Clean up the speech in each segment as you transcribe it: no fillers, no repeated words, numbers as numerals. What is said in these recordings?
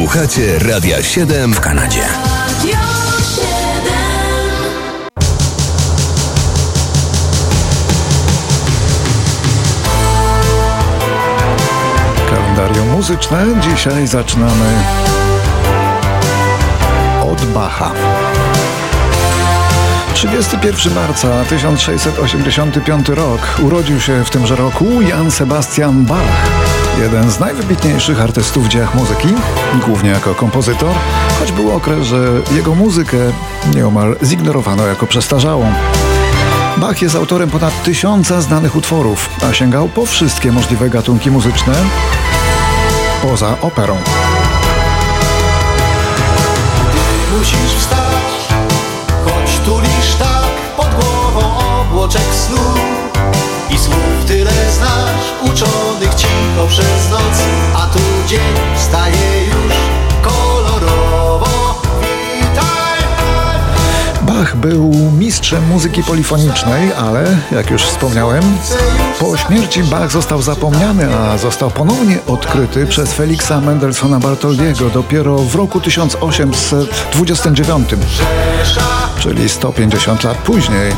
Słuchacie Radia 7 w Kanadzie. Kalendarium muzyczne. Dzisiaj zaczynamy od Bacha. 31 marca 1685 rok. Urodził się w tymże roku Jan Sebastian Bach. Jeden z najwybitniejszych artystów w dziejach muzyki, głównie jako kompozytor, choć był okres, że jego muzykę nieomal zignorowano jako przestarzałą. Bach jest autorem ponad 1000 znanych utworów, a sięgał po wszystkie możliwe gatunki muzyczne poza operą. Gdy musisz wstać, choć tulisz tak pod głową obłoczek snu i słów tyle znasz, uczonych cicho przez noc, a tu dzień wstaje już kolorowo. Witaj! Bach był mistrzem muzyki polifonicznej, ale, jak już wspomniałem, po śmierci Bach został zapomniany, a został ponownie odkryty przez Feliksa Mendelssohna Bartholdiego dopiero w roku 1829, czyli 150 lat później.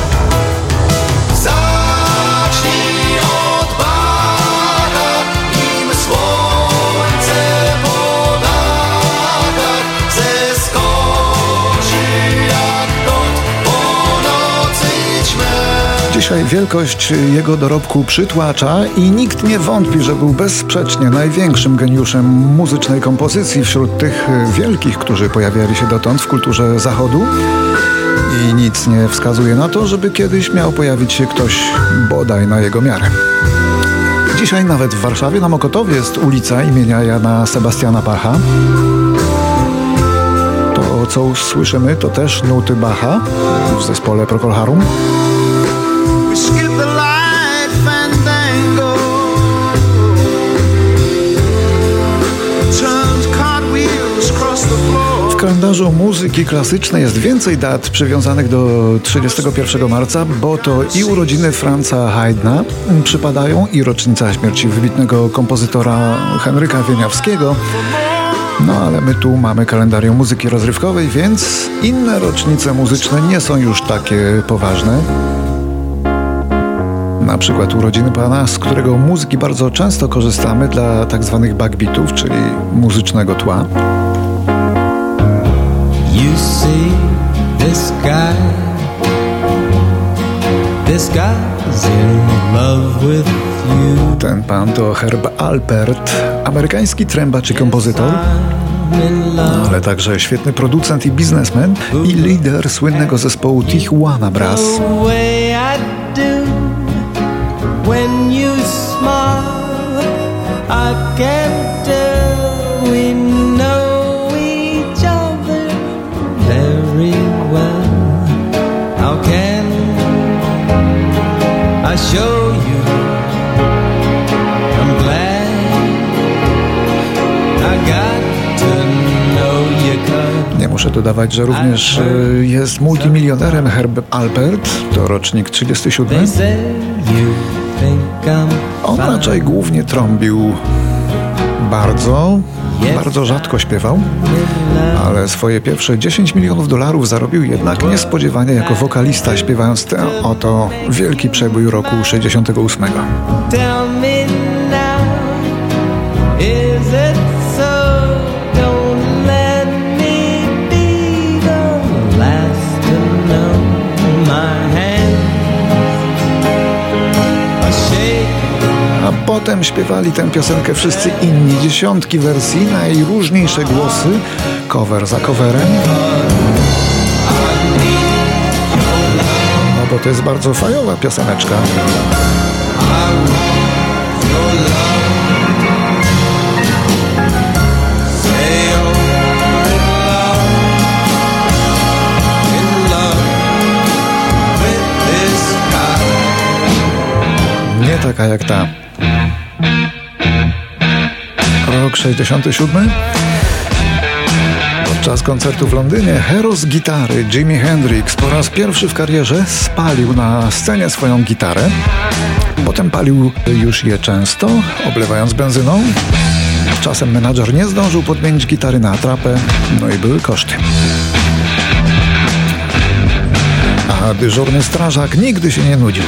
Zacznij od Bacha, nim słońce po dachach zeskoczy jak kot po nocy ćmę. Dzisiaj wielkość jego dorobku przytłacza i nikt nie wątpi, że był bezsprzecznie największym geniuszem muzycznej kompozycji wśród tych wielkich, którzy pojawiali się dotąd w kulturze Zachodu. I nic nie wskazuje na to, żeby kiedyś miał pojawić się ktoś bodaj na jego miarę. Dzisiaj nawet w Warszawie na Mokotowie jest ulica imienia Jana Sebastiana Bacha. To, co słyszymy, to też nuty Bacha w zespole Procol Harum. W kalendarzu muzyki klasycznej jest więcej dat przywiązanych do 31 marca, bo to i urodziny Franza Haydna przypadają i rocznica śmierci wybitnego kompozytora Henryka Wieniawskiego. No ale my tu mamy kalendarium muzyki rozrywkowej, więc inne rocznice muzyczne nie są już takie poważne. Na przykład urodziny pana, z którego muzyki bardzo często korzystamy dla tak zwanych backbeatów, czyli muzycznego tła. You see this guy's in love with you. Ten pan to Herb Alpert, amerykański trębacz i kompozytor, ale także świetny producent i biznesmen i lider słynnego zespołu Tijuana Brass. When you smile, I can't tell we know each other very well. How can I show you? I'm glad I got to know you. Nie muszę dodawać, że również jest multimilionerem Herb Alpert, to rocznik 37. On raczej głównie trąbił, bardzo rzadko śpiewał, ale swoje pierwsze $10 milionów zarobił jednak niespodziewanie jako wokalista, śpiewając ten oto wielki przebój roku 68. Tell me now, is it so? Don't let me be the last to know. My hands are shaking. A potem śpiewali tę piosenkę wszyscy inni, dziesiątki wersji, najróżniejsze głosy, cover za coverem. No bo to jest bardzo fajowa pioseneczka. Nie taka jak ta. Rok 67. Podczas koncertu w Londynie hero z gitary Jimi Hendrix po raz pierwszy w karierze spalił na scenie swoją gitarę. Potem palił już je często, oblewając benzyną. Czasem menadżer nie zdążył podmienić gitary na atrapę, no i były koszty. A dyżurny strażak nigdy się nie nudził.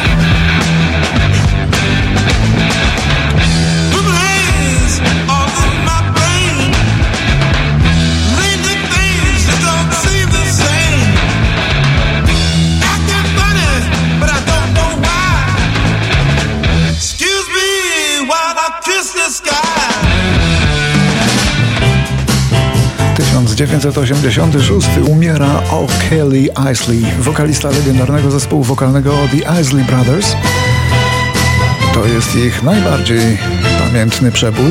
W 1986 umiera O'Kelly Isley, wokalista legendarnego zespołu wokalnego The Isley Brothers. To jest ich najbardziej pamiętny przebój.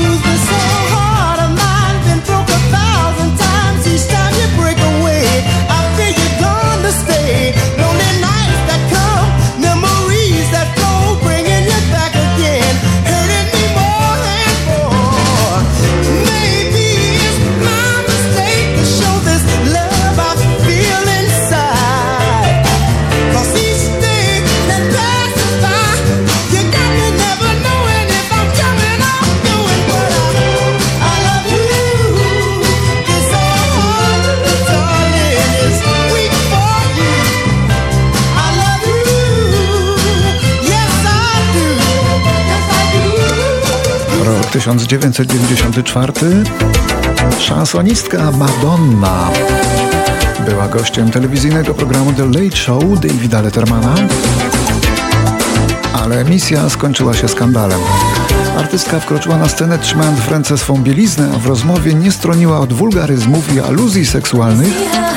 Rok 1994. Szansonistka Madonna była gościem telewizyjnego programu The Late Show Davida Lettermana, ale misja skończyła się skandalem. Artystka wkroczyła na scenę, trzymając w ręce swą bieliznę, a w rozmowie nie stroniła od wulgaryzmów i aluzji seksualnych,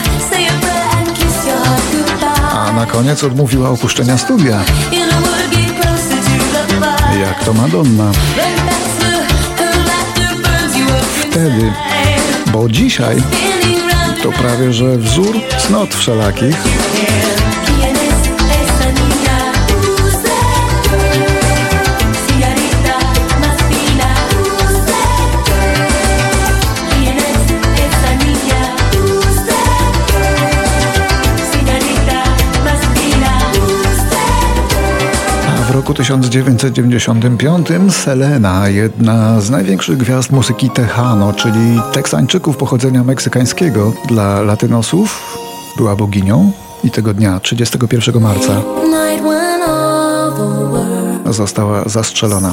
a na koniec odmówiła opuszczenia studia. Jak to Madonna. Wtedy, bo dzisiaj to prawie że wzór cnot wszelakich. W roku 1995 Selena, jedna z największych gwiazd muzyki Tejano, czyli Teksańczyków pochodzenia meksykańskiego, dla latynosów była boginią i tego dnia, 31 marca, została zastrzelona.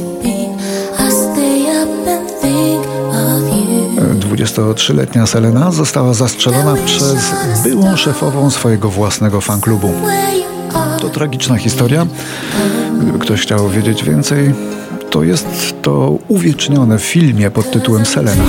23-letnia Selena została zastrzelona przez byłą szefową swojego własnego fanklubu. To tragiczna historia. Gdyby ktoś chciał wiedzieć więcej, to jest to uwiecznione w filmie pod tytułem Selena.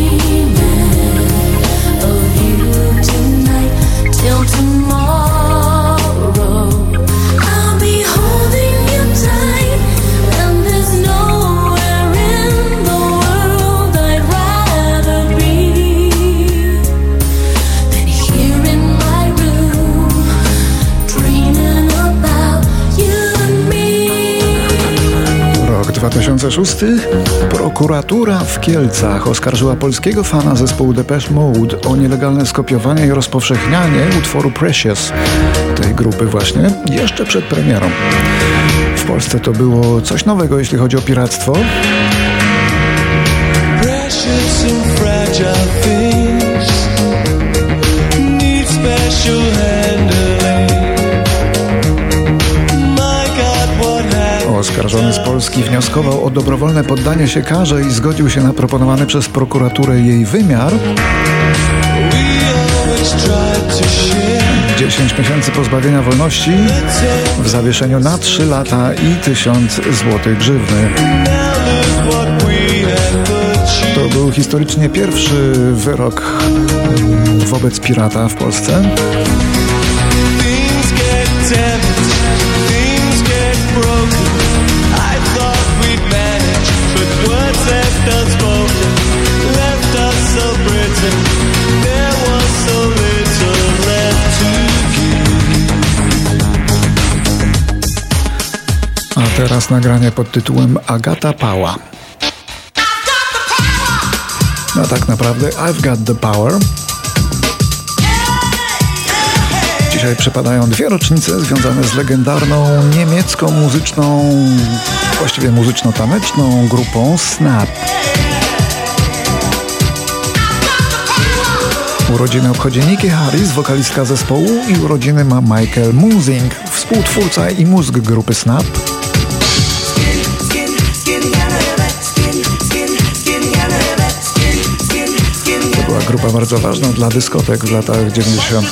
Rok 2006. Prokuratura w Kielcach oskarżyła polskiego fana zespołu Depeche Mode o nielegalne skopiowanie i rozpowszechnianie utworu Precious tej grupy właśnie jeszcze przed premierą. W Polsce to było coś nowego, jeśli chodzi o piractwo. Precious and fragile things need special handling. Oskarżony z Polski wnioskował o dobrowolne poddanie się karze i zgodził się na proponowany przez prokuraturę jej wymiar. 10 miesięcy pozbawienia wolności w zawieszeniu na 3 lata i 1000 złotych grzywny. To był historycznie pierwszy wyrok wobec pirata w Polsce. A teraz nagranie pod tytułem Agata Pała. No tak naprawdę I've Got the Power. Dzisiaj przypadają dwie rocznice związane z legendarną niemiecką muzyczną, właściwie muzyczno-taneczną grupą Snap. Urodziny obchodzi Nikki Harris, wokalistka zespołu, i urodziny ma Michael Munsing, współtwórca i mózg grupy Snap. To była grupa bardzo ważna dla dyskotek w latach 90.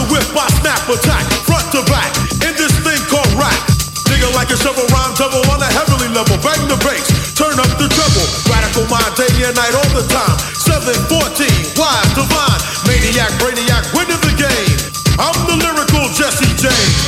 I'm the lyrical Jesse James.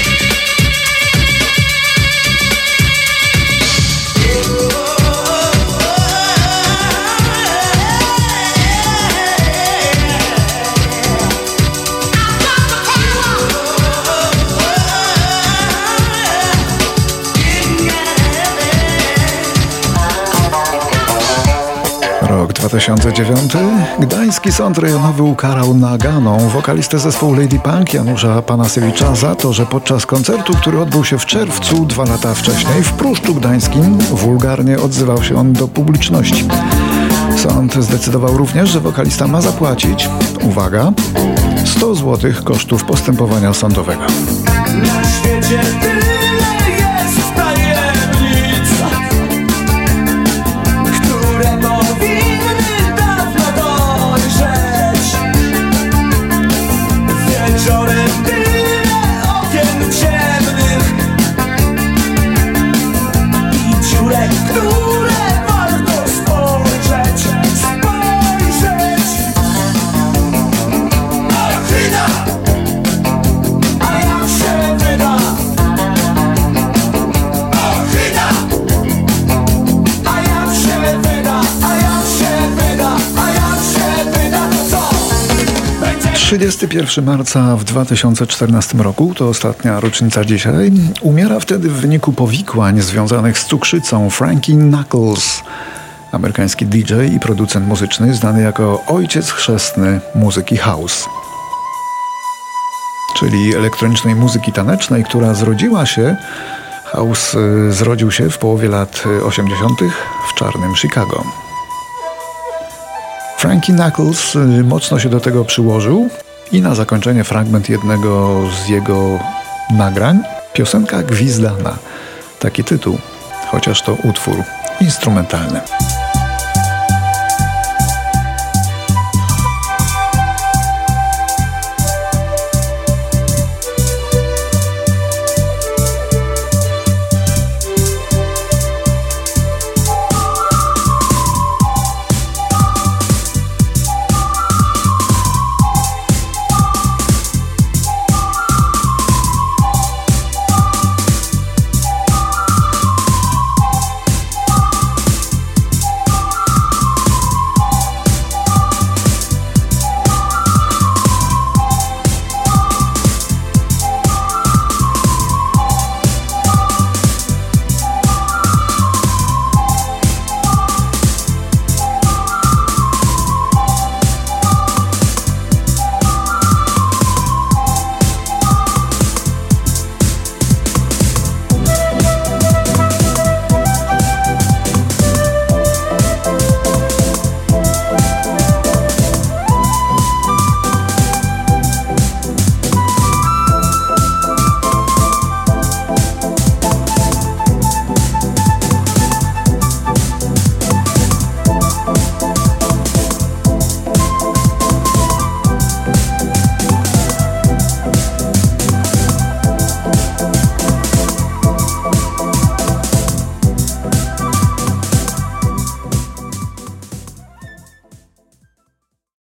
Rok 2009. Gdański sąd rejonowy ukarał naganą wokalistę zespołu Lady Punk Janusza Panasiewicza za to, że podczas koncertu, który odbył się w czerwcu 2 lata wcześniej w Pruszczu Gdańskim, wulgarnie odzywał się on do publiczności. Sąd zdecydował również, że wokalista ma zapłacić, uwaga, 100 zł kosztów postępowania sądowego. Na świecie tyle jest tajemnic, które powinny dawno dojrzeć. Wieczorem tyle okien ciemnych i dziurek, które warto spojrzeć. Ochyda! A jak się wyda? Ochyda! A jak się wyda? A jak się wyda? A jak się wyda? Co? 31 marca w 2014 roku, to ostatnia rocznica dzisiaj, umiera wtedy w wyniku powikłań związanych z cukrzycą Frankie Knuckles, amerykański DJ i producent muzyczny znany jako ojciec chrzestny muzyki house, czyli elektronicznej muzyki tanecznej, która zrodziła się, house zrodził się w połowie lat 80. w czarnym Chicago. Frankie Knuckles mocno się do tego przyłożył i na zakończenie fragment jednego z jego nagrań, piosenka Gwizdana. Taki tytuł, chociaż to utwór instrumentalny.